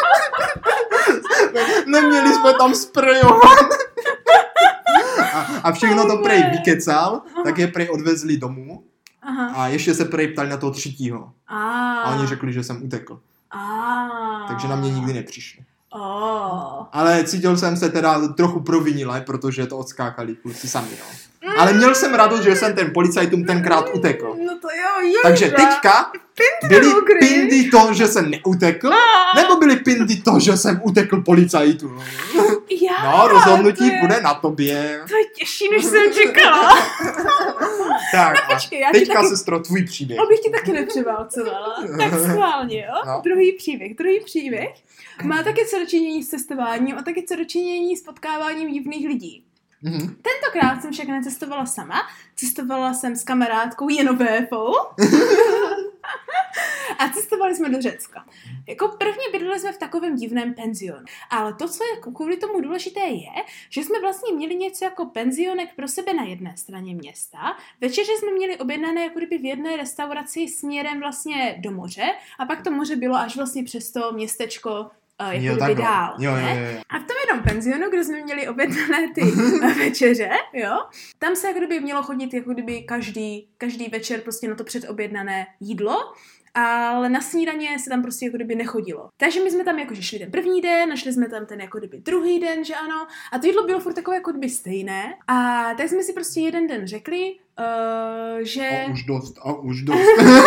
Neměli jsme tam sprejovat. A, a všechno to prej vykecal, tak je prej odvezli domů Aha. a ještě se prej ptali na toho třetího. A. A oni řekli, že jsem utekl. A. Takže na mě nikdy nepřišli. Oh. Ale cítil jsem se teda trochu provinile, protože to odskákali kluci sami, no. Ale měl jsem radost, že jsem ten policajtům tenkrát utekl. No to jo, je. Takže teďka byly dobrý. pindy to, že jsem neutekl, nebo byly pindy to, že jsem utekl policajtům? Já, No, rozhodnutí to je, bude na tobě. To je těžší, než jsem čekala. Tak, a Počkej, já ti teďka, taky, sestro, tvůj příběh. abych ti taky nepřeválcovala. Tak schválně, jo? No. Druhý příběh. Druhý příběh má taky co dočinění s cestováním a taky co dočinění s potkáváním divných lidí. Mm-hmm. Tentokrát jsem však necestovala sama, cestovala jsem s kamarádkou Jenovéfou. A cestovali jsme do Řecka. Jako první bydleli jsme v takovém divném penzionu. Ale to, co je kvůli tomu důležité, je, že jsme vlastně měli něco jako penzionek pro sebe na jedné straně města. Večeře jsme měli objednané jako kdyby v jedné restauraci směrem vlastně do moře a pak to moře bylo až vlastně přes to městečko Uh, jako jo, kdyby dál. Jo, jo, jo, jo. A v tom jednom penzionu, kde jsme měli objednané ty večeře, jo, tam se jako kdyby mělo chodit jako kdyby každý, každý večer prostě na to předobjednané jídlo, ale na snídaně se tam prostě jako kdyby nechodilo. Takže my jsme tam jakože šli ten první den, našli jsme tam ten jako kdyby druhý den, že ano, a to jídlo bylo furt takové jako kdyby stejné. A tak jsme si prostě jeden den řekli, Uh, že... A už dost, a už dost.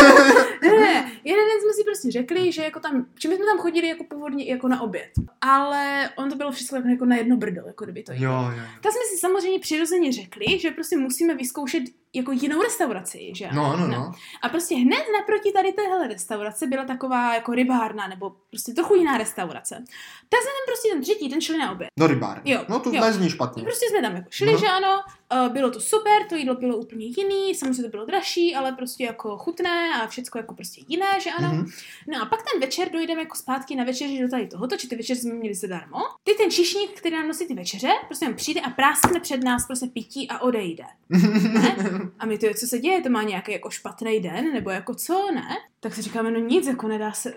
ne, ne, jeden den jsme si prostě řekli, že jako tam, že my jsme tam chodili jako původně jako na oběd, ale on to bylo všechno jako, jako na jedno brdo, jako kdyby to jídlo. Jo, jo. Tak jsme si samozřejmě přirozeně řekli, že prostě musíme vyzkoušet jako jinou restauraci, že? No, no, no. A prostě hned naproti tady téhle restaurace byla taková jako rybárna, nebo prostě trochu jiná restaurace. Tak jsme tam prostě ten třetí den šli na oběd. Do rybárny. Jo, no to jo. nezní špatně. Prostě jsme tam jako šli, no. Že ano, uh, bylo to super, to jídlo bylo úplně jiný, samozřejmě to bylo dražší, ale prostě jako chutné a všecko jako prostě jiné, že ano. Mm-hmm. No a pak ten večer dojdeme jako zpátky na večeři do tady tohoto, či ty večeři jsme měli zadarmo. Ty ten číšník, který nám nosí ty večeře, prostě nám přijde a práskne před nás prostě pití a odejde. Ne? A my to, co se děje, to má nějaký jako špatný den, nebo jako co, ne? Tak si říkáme, no nic, jako nedá se.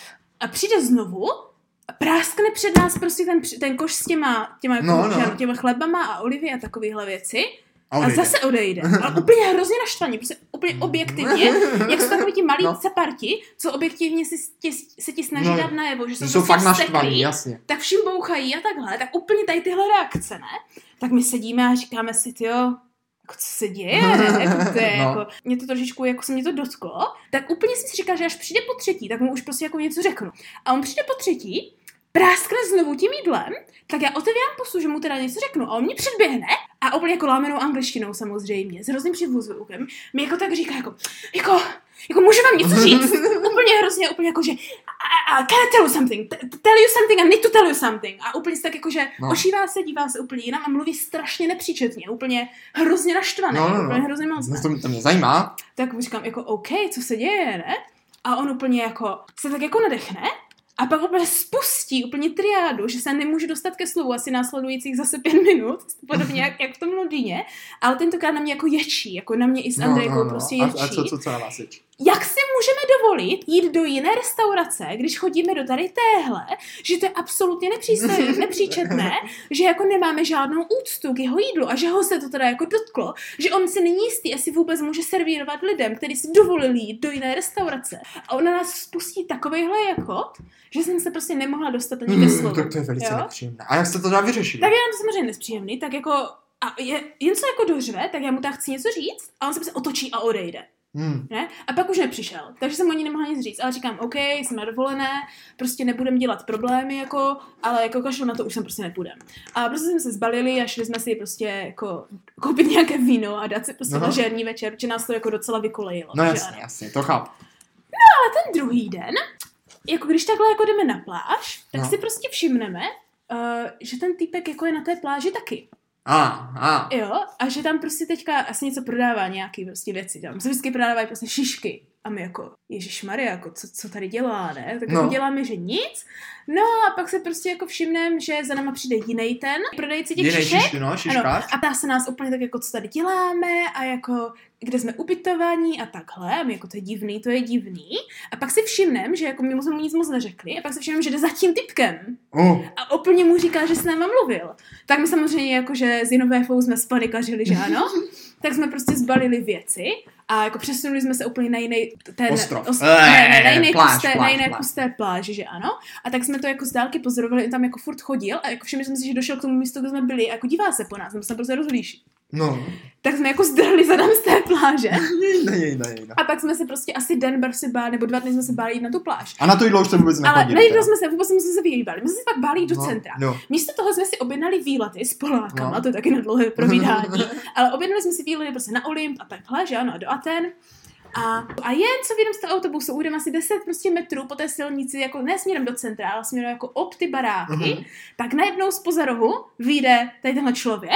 A přijde znovu a práskne před nás prostě ten, ten koš s těma, těma, jako, no, no. těma chlebama a olivy a takovéhle věci. A, a zase odejde. Ale úplně hrozně naštvaní, prostě úplně objektivně, jak jsou takový ti malí no. caparti, co objektivně si, tě, se ti snaží no. dát najevo, že jsou, jsou fakt naštvaní, jasně. Tak všim bouchají a takhle, tak úplně tady tyhle reakce, ne? Tak my sedíme a říkáme si, tyjo, jako co se děje, ne? Jako to je, no. Jako, mě to trošičku, jako se mě to dotklo, tak úplně jsem si říkal, že až přijde po třetí, tak mu už prostě jako něco řeknu. A on přijde po třetí, práskne znovu tím jídlem, tak já otevírám pusu, že mu teda něco řeknu a on mě předběhne a úplně jako lámenou angličtinou samozřejmě, s hrozným přivůzvukem, mi jako tak říká jako, jako, jako můžu vám něco říct? Úplně hrozně, úplně jako, že a, a, can I tell you something? Tell you something, I need to tell you something. A úplně tak jako, že no. ošívá se, dívá se úplně jinam a mluví strašně nepříčetně, úplně hrozně naštvaný, no, no, no. úplně hrozně moc. To, to mě zajímá. Tak mu říkám jako, OK, co se děje, ne? A on úplně jako se tak jako nadechne. A pak úplně spustí úplně triádu, že se nemůže dostat ke slovu asi následujících zase pět minut, podobně jak, jak v tom Londýně, ale tentokrát na mě jako ječí, jako na mě i s Andrejkou no, no, no. prostě ječí. A, a co, co, co na vás ječí? Jak si můžeme dovolit jít do jiné restaurace, když chodíme do tady téhle, že to je absolutně nepříčetné, že jako nemáme žádnou úctu k jeho jídlu a že ho se to teda jako dotklo, že on se není jistý, jestli vůbec může servírovat lidem, kteří si dovolili jít do jiné restaurace. A ona nás spustí takovejhle jako, že jsem se prostě nemohla dostat ani ke slovu. Tak to je velice nepříjemné. A jak jste to teda vyřešili? Tak já mám to samozřejmě nepříjemný, tak jako a je, jen co jako dořve, tak já mu tak chci něco říct a on se prostě otočí a odejde. Hmm. Ne? A pak už nepřišel, takže jsem o ní nemohla nic říct, ale říkám, OK, jsem na dovolené, prostě nebudem dělat problémy, jako, ale jako kašlu na to už jsem prostě nepůjdem. A prostě jsme se zbalili a šli jsme si prostě jako koupit nějaké víno a dát si prostě na žerní večer, protože nás to jako docela vykolejilo. No jasně, jasně, to chápu. No ale ten druhý den, jako když takhle jako jdeme na pláž, tak no. si prostě všimneme, uh, že ten týpek jako je na té pláži taky. A, a. Jo, a že tam prostě teďka asi něco prodává, nějaký prostě věci. Tam se vždycky prodávají prostě šišky. A my jako, ježišmarja, jako co, co tady dělá, ne? Tak no. jako děláme, že nic. No a pak se prostě jako všimneme, že za náma přijde jiný ten prodejci těch jiný šišek. Šišky, no, ano, a ptá se nás úplně tak, jako co tady děláme a jako kde jsme ubytovaní a takhle. A my jako to je divný, to je divný. A pak si všimneme, že jako my jsme mu nic moc neřekli. A pak si všimneme, že jde za tím typkem. Oh. A úplně mu říká, že s náma mluvil. Tak my samozřejmě jakože s Jinovéfou jsme spanikařili, že ano. Tak jsme prostě zbalili věci a jako přesunuli jsme se úplně na jiný ten ostrov. Os, ne, ne, na jiný pláž, kus té, pláž, na jiné pláž. kus té pláži, že ano. A tak jsme to jako z dálky pozorovali, on tam jako furt chodil a jako všimli jsme si, že došel k tomu místu, kde jsme byli a jako dívá se po nás, jsme se prostě rozhlíží. No. Tak jsme jako zdrhli zadem z té pláže. Ne, ne, ne, ne. A pak jsme se prostě asi den si báli, nebo dva dny jsme se báli jít na tu pláž. A na to jídlo už se vůbec nechodili. Ale na jídlo jsme se vůbec jsme se vyhýbali. My jsme se pak báli jít do no, centra. No. Místo toho jsme si objednali výlety s Polákama, no. to je taky na dlouhé provídání. Ale objednali jsme si výlety prostě na Olymp a takhle, že ano, a do Aten. A, a jen co vyjdem z toho autobusu, ujdeme asi deset prostě metrů po té silnici, jako ne směrem do centra, ale směrem jako ob ty baráky, uh-huh. tak najednou z poza rohu vyjde tady tenhle člověk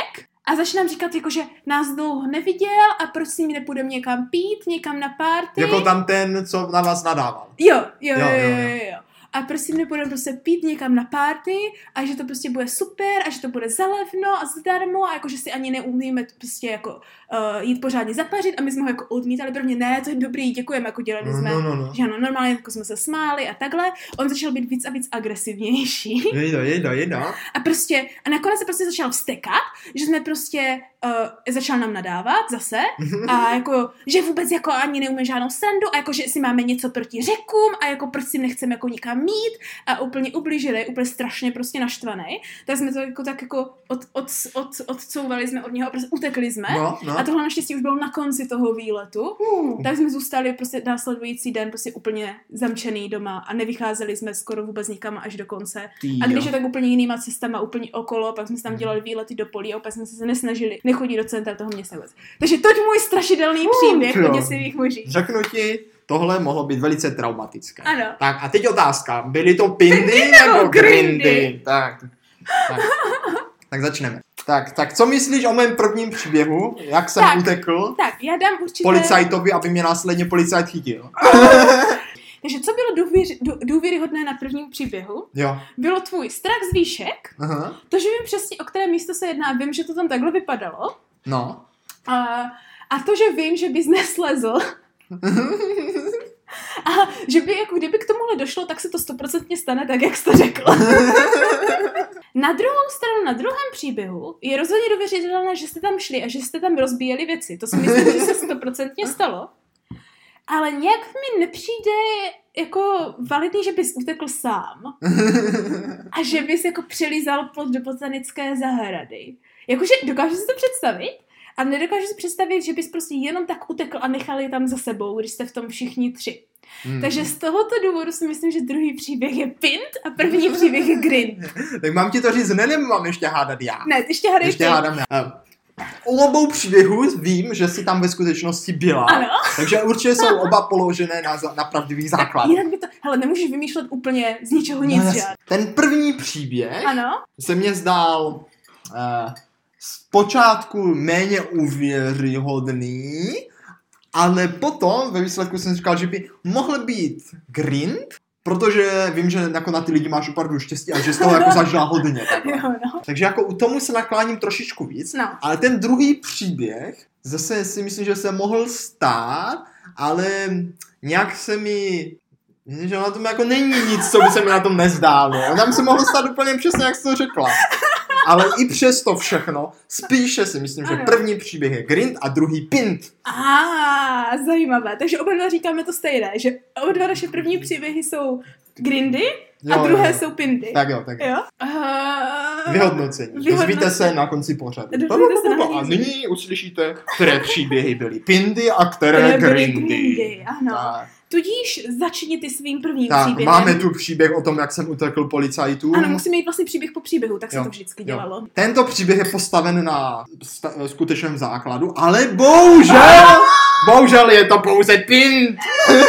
A začne nám říkat, jako, že nás dlouho neviděl a proč s ním nepůjdeme někam pít, někam na party. Jako tam ten, co na vás nadával. Jo, jo, jo, Jo, jo, jo, jo, jo. jo. A prosím, nepůjdeme prostě pít někam na party a že to prostě bude super a že to bude zalevno a zdarmo a jako, že si ani neumíme prostě jako uh, jít pořádně zapařit a my jsme ho jako odmítali, prvně ne, to je dobrý, děkujeme, jako dělali jsme, No, no, no. že ano, normálně jako jsme se smáli a takhle, on začal být víc a víc agresivnější. Jejda, jejda, jejda. A prostě, a nakonec se prostě začal vztekat, že jsme prostě, uh, začal nám nadávat zase a jako, že vůbec jako ani neumíme žádnou srandu a jako, že si máme něco proti Řekům a jako proč si nechceme jako nikam mít a úplně ublížili, úplně strašně prostě naštvaný. Tak jsme to jako tak jako od, od, od, odcouvali jsme od něho a prostě utekli jsme. No, no. A tohle naštěstí už bylo na konci toho výletu. Uh. Tak jsme zůstali prostě následující den prostě úplně zamčený doma a nevycházeli jsme skoro vůbec nikam až do konce. Ty A když jo. je tak úplně jinýma cestama, úplně okolo, pak jsme si tam dělali výlety do polí a opět jsme se nesnažili nechodit do centra toho města vůbec. Takže toť můj strašidelný Uh, příběh jo. o děsivých mužích. Řeknu ti, tohle mohlo být velice traumatické. Ano. Tak a teď otázka. Byly to pindy nebo nebo grindy? grindy? Tak, tak. Tak začneme. Tak, tak co myslíš o mém prvním příběhu? Jak jsem Tak. utekl Tak, já dám určitě... policajtovi, aby mě následně policajt chytil? Takže co bylo důvěři, dů, důvěryhodné na prvním příběhu? Jo. Bylo tvůj strach z výšek, Aha. to, že vím přesně, o které místo se jedná, vím, že to tam takhle vypadalo. No. A, a to, že vím, že bys neslezl. A že by, jako kdyby k tomuhle došlo, tak se to stoprocentně stane tak, jak jsi to řekl. Na druhou stranu, na druhém příběhu je rozhodně důvěřitelné, že jste tam šli a že jste tam rozbíjeli věci. To si myslím, že se stoprocentně stalo. Ale nějak mi nepřijde jako validní, že bys utekl sám. A že bys jako přelízal plot do botanické zahrady. Jakože dokážu si to představit, a nedokážu si představit, že bys prostě jenom tak utekl a nechal je tam za sebou, když jste v tom všichni tři. Hmm. Takže z tohoto důvodu si myslím, že druhý příběh je Pint a první příběh je Grind. Tak mám ti to říct, ne, nebo mám ještě hádat já? Ne, ty ještě hádej Ještě ty. hádám já. U obou příběhů vím, že jsi tam ve skutečnosti byla. Ano. Takže určitě jsou oba položené na, na pravdivých základech. Jinak by to, hele, nemůžeš vymýšlet úplně z ničeho nic, No, že? jasně. Ten první příběh Ano. se mně zdál uh, zpočátku méně uvěryhodný, ale potom ve výsledku jsem říkal, že by mohl být Grind, protože vím, že jako na ty lidi máš opravdu štěstí a že z toho jako zažila hodně. Jo, no. Takže jako u tomu se nakláním trošičku víc, No. ale ten druhý příběh zase si myslím, že se mohl stát, ale nějak se mi, že na tom jako není nic, co by se mi na tom nezdálo. Tam se mohlo stát úplně přesně, jak jsi to řekla. Ale i přes to všechno, spíše si myslím, že Ano. první příběh je Grind a druhý Pint. A zajímavé. Takže oba dva říkáme to stejné, že oba dva naše první příběhy jsou Grindy a Jo, druhé jo, jo. jsou Pindy. Tak jo, tak jo. Jo? Uh, Vyhodnocení. Vyhodnocení. Dozvíte se na konci pořadu. Dozvíte se na A konci. nyní uslyšíte, které příběhy byly Pindy a které Které byly Grindy. Grindy, ano. Tak. Tudíž začni ty svým prvním Tak, příběhem. máme tu příběh o tom, jak jsem utekl policajtům. Ano, musíme mít vlastně příběh po příběhu, tak se Jo, to vždycky jo. dělalo. Tento příběh je postaven na sta- skutečném základu, ale bohužel, bohužel je to pouze Pint.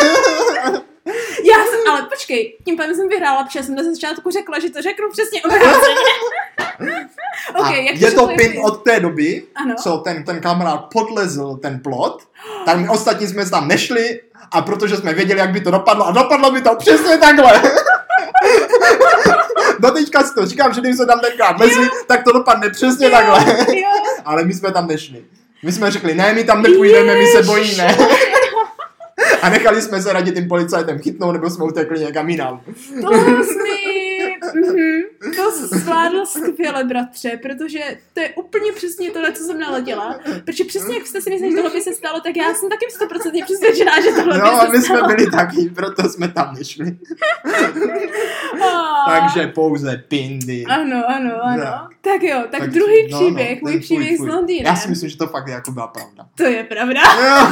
Já jsem, ale počkej, tím pádem jsem vyhrála, protože jsem na začátku řekla, že to řeknu přesně obráceně. A okay, jak je to Pint Pint? od té doby, Ano. co ten, ten kamarád podlezl ten plot, tak my ostatní jsme tam nešli a protože jsme věděli, jak by to dopadlo a dopadlo by to přesně takhle. Do teďka si to říkám, že když jsme tam tenkrát lezli, tak to dopadne přesně Jo, takhle. jo. Ale my jsme tam nešli. My jsme řekli, ne, my tam nepůjdeme, my se bojíme. A nechali jsme se radit tím policajtem chytnout, nebo jsme utekli někam jinam. To jsi mi... Mhm. To zvládl skvěle, bratře, protože to je úplně přesně to, na co jsem naletěla. Protože přesně jak jste si mysleli, že tohle by se stalo, tak já jsem taky sto procent přesvědčená, že tohle No by a se my jsme stalo. byli taky, proto jsme tam nešli. Ah. Takže pouze Pindy. Ano, ano, ano. Tak. Tak jo, tak, Tak- druhý no, příběh, no, můj ten příběh tvůj, s tvůj. Londýnem. Já si myslím, že to fakt jako byla pravda. To je pravda.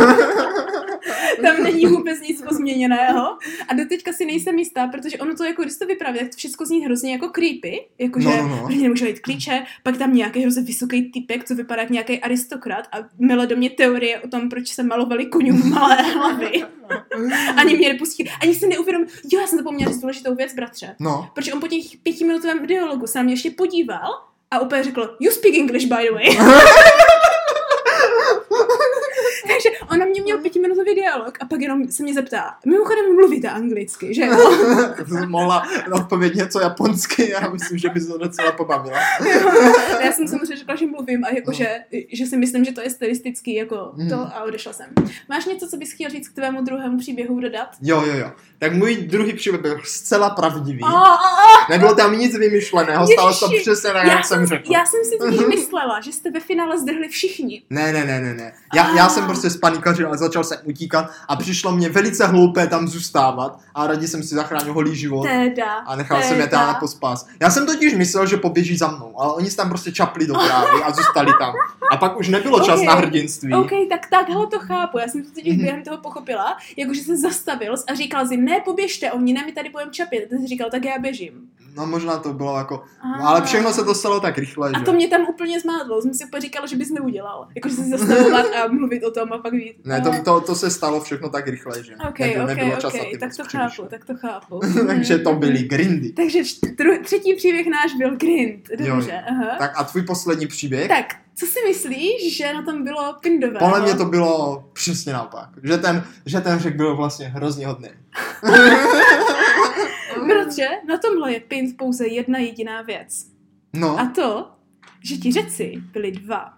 Tam není vůbec nic pozměněného. A doteďka si nejsem jistá, protože ono to jako, když to vypráví, tak to všechno zní hrozně jako creepy. Jakože No, no, no. prvně nemůže jít klíče, pak tam nějaký hrozně vysoký typek, co vypadá jak nějaký aristokrat a mele do mě teorie o tom, proč se malovali koňům malé hlavy. Ani mě nepustí, ani se neuvědomil. Jo, já jsem zapomněla říct důležitou věc, bratře. No. Protože on po těch pětiminutovém dialogu se na mě ještě podíval A úplně řekl, you speak English, by the way. Takže on na mě měl pětiminutový dialog a pak jenom se mě zeptá, mimochodem mluvíte anglicky, že jo? Mohla odpovědět něco japonsky, já myslím, že by se to docela pobavila. Já jsem samozřejmě řekla, že mluvím a jakože, že si myslím, že to je stylistický jako mm. to a odešla jsem. Máš něco, co bys chtěl říct k tvému druhému příběhu dodat? Jo, jo, jo. Tak můj druhý příběh byl zcela pravdivý. Oh, oh, oh. Nebylo tam nic vymyšleného, stalo se to přesně tak, jak jsem řekl. Já jsem si totiž myslela, že jste ve finále zdrhli všichni. Ne, ne, ne, ne, ne. Já, já jsem prostě spanikařil a začal jsem utíkat a přišlo mě velice hloupé tam zůstávat a raději jsem si zachránil holý život. Teda, a nechal teda. jsem je tam na pospas. Já jsem totiž myslel, že poběží za mnou, ale oni se tam prostě čapli do trávy a zůstali tam. A pak už nebylo čas okay. na hrdinství. OK, tak takhle to chápu. Já jsem to totiž mm-hmm. během toho pochopila, jakože se zastavil a říkal si, ne, poběžte, oni ne, my tady budeme čapit. A ty jsi říkal, tak já běžím. No možná to bylo jako, no, ale všechno se to stalo tak rychle, a že? to mě tam úplně zmádlo. Jsem si úplně říkala, že bys neudělal. Jakože se zastavovat a mluvit o tom a pak vít. Ne, to, to, to se stalo všechno tak rychle, že? OK, Nebyl, OK, nebylo čas OK, na ty tak to postřiky. chápu, tak to chápu. Takže to byly grindy. Takže čtru, třetí příběh náš byl grind. Dobře, Jo. aha. Tak a tvůj poslední příběh? Tak, co si myslíš, že na tom bylo pindové? Podle mě to bylo přesně naopak. Že ten, že ten řek byl vlastně hrozně hodný. Protože na tomhle je pint pouze jedna jediná věc. No. A to, že ti řeci byli dva.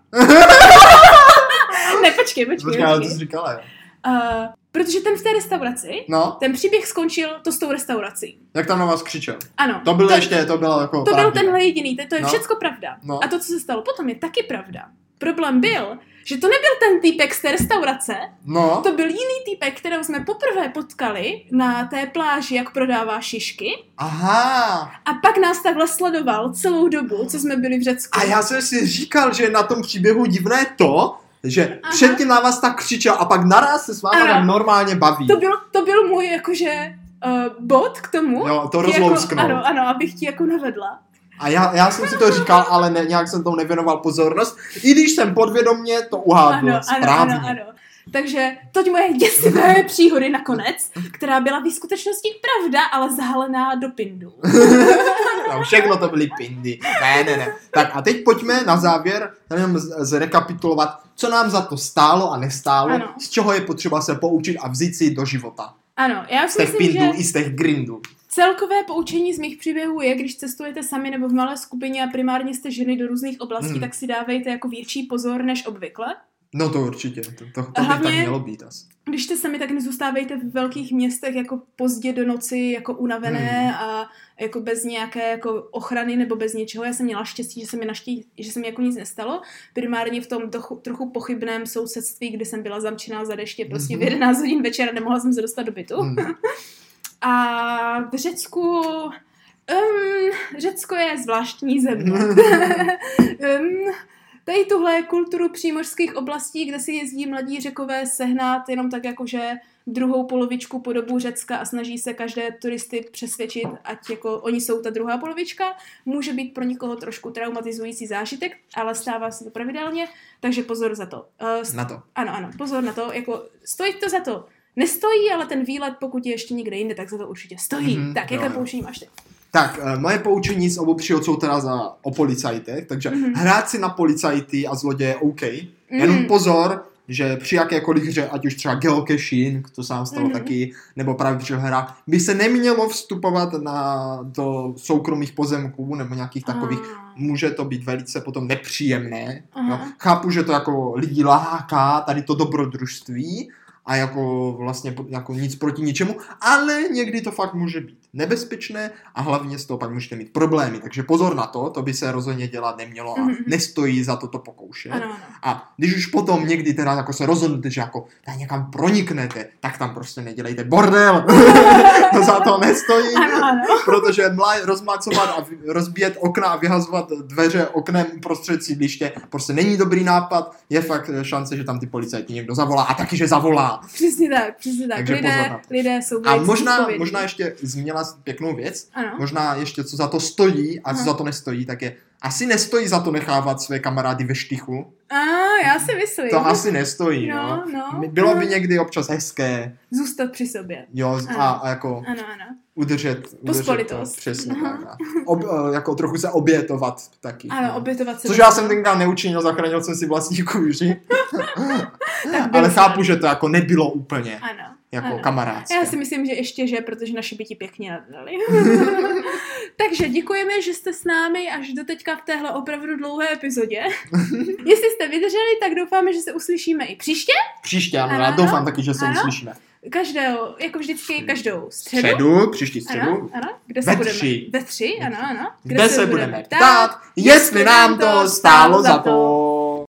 ne, počkej, počkej. Počkej, ale to jsi říkala, jo. Uh, protože ten v té restauraci, No. ten příběh skončil to s tou restaurací. Jak tam na vás křičel? Ano. To byl to, ještě, to bylo jako To byl pravdivé. tenhle jediný, to, to je No. všecko pravda. No. A to, co se stalo potom, je taky pravda. Problém byl, že to nebyl ten týpek z té restaurace, No. to byl jiný týpek, kterého jsme poprvé potkali na té pláži, jak prodává šišky. Aha. A pak nás takhle sledoval celou dobu, co jsme byli v Řecku. A já jsem si říkal, že na tom příběhu divné to, že Aha. předtím na vás tak křičel a pak naraz se s váma Ano. tak normálně baví. To byl, to byl můj jakože uh, bod k tomu. Jo, to ti rozlousknout. Jako, ano, ano, abych ti jako navedla. A já, já jsem si to říkal, ale ne, nějak jsem tomu nevěnoval pozornost, i když jsem podvědomě to uhádl Ano, ano, správně. ano, ano. Takže toť moje děsivé příhody nakonec, která byla v skutečnosti pravda, ale zahalená do pindu. No, všechno to byly pindy. Ne, ne, ne. Tak a teď pojďme na závěr jenom z- zrekapitulovat, co nám za to stálo a nestálo, Ano. z čeho je potřeba se poučit a vzít si do života. Ano, já Z si těch myslím, pindů že i z těch grindů. celkové poučení z mých příběhů je, když cestujete sami nebo v malé skupině a primárně jste ženy do různých oblastí, Hmm. tak si dávejte jako větší pozor než obvykle. No to určitě, to, to, to by hlavně- tak mělo být asi. Když jste sami, tak nezůstávejte v velkých městech jako pozdě do noci, jako unavené Hmm. a jako bez nějaké jako ochrany nebo bez něčeho. Já jsem měla štěstí, že se mi, naští, že se mi jako nic nestalo. Primárně v tom trochu, trochu pochybném sousedství, kde jsem byla zamčená za deště prostě v jedenáct hodin večera, nemohla jsem se dostat do bytu. Hmm. A v Řecku... Um, Řecko je zvláštní země. um, tady tuhle kulturu přímořských oblastí, kde si jezdí mladí Řekové sehnat jenom tak jakože druhou polovičku po dobu Řecka a snaží se každé turisty přesvědčit, ať jako oni jsou ta druhá polovička, může být pro někoho trošku traumatizující zážitek, ale stává se to pravidelně, takže pozor za to. Uh, Na to. Ano, ano, pozor na to, jako stojí to za to. Nestojí, ale ten výlet, pokud je ještě někde jinde, tak za to určitě stojí. Mhm, Tak, jo, jaké jo. poučení máš ty? Tak, eh, moje poučení z obou příhod jsou teda za, o policajtech, takže Mhm. hrát si na policajty a zloděje OK. Jenom Mhm. pozor, že při jakékoliv hře, ať už třeba geocaching, to se nám stalo Mhm. taky, nebo právě při hrách, by se nemělo vstupovat na, do soukromých pozemků nebo nějakých takových. Ah. Může to být velice potom nepříjemné. Aha. No. Chápu, že to jako lidi láká, tady to dobrodružství, a jako vlastně jako nic proti ničemu, ale někdy to fakt může být nebezpečné a hlavně z toho pak můžete mít problémy, takže pozor na to, to by se rozhodně dělat nemělo a Mhm. nestojí za to to pokoušet. Ano, ano. A když už potom někdy teda jako se rozhodnete, že jako tak někam proniknete, tak tam prostě nedělejte bordel, to za to nestojí, Ano, ano. protože mlá- rozmácovat a vy- rozbíjet okna a vyhazovat dveře oknem uprostřed sídliště prostě není dobrý nápad, je fakt šance, že tam ty policajti někdo zavolá a taky, že zavolá. Přesně tak, přesně tak. Takže pozor Lidé, na to. lidé jsou A velice možná, zodpovědní. možná ještě zmínila pěknou věc, Ano. možná ještě co za to stojí a co Aha. za to nestojí, tak je asi nestojí za to nechávat své kamarády ve štychu. A já si myslím. To asi nestojí, no. No, no. Bylo no. by někdy občas hezké. Zůstat při sobě. Jo, a, a jako Ano, ano. udržet, udržet Pospolitost. to, přesně Aha. tak. A Ob, jako trochu se obětovat taky. Ano, no. obětovat se. Což já jsem tenkrát neučinil, zachránil jsem si vlastní kůži. Tak Ale byl chápu, jsem. že to jako nebylo úplně Ano. jako ano. kamarádské. Já si myslím, že ještě, že, protože naše by ti pěkně nadali. Takže děkujeme, že jste s námi až do teďka v téhle opravdu dlouhé epizodě. Jestli jste vydrželi, tak doufáme, že se uslyšíme i příště. Příště, ano, Ano, já doufám taky, že se ano. uslyšíme. Každou, jako vždycky, každou středu. Středu, příští středu. Ano, ano. Kde se Ve budeme? tři. Ve tři, ano, ano. Kde se budeme ptát, jestli nám to stálo za to.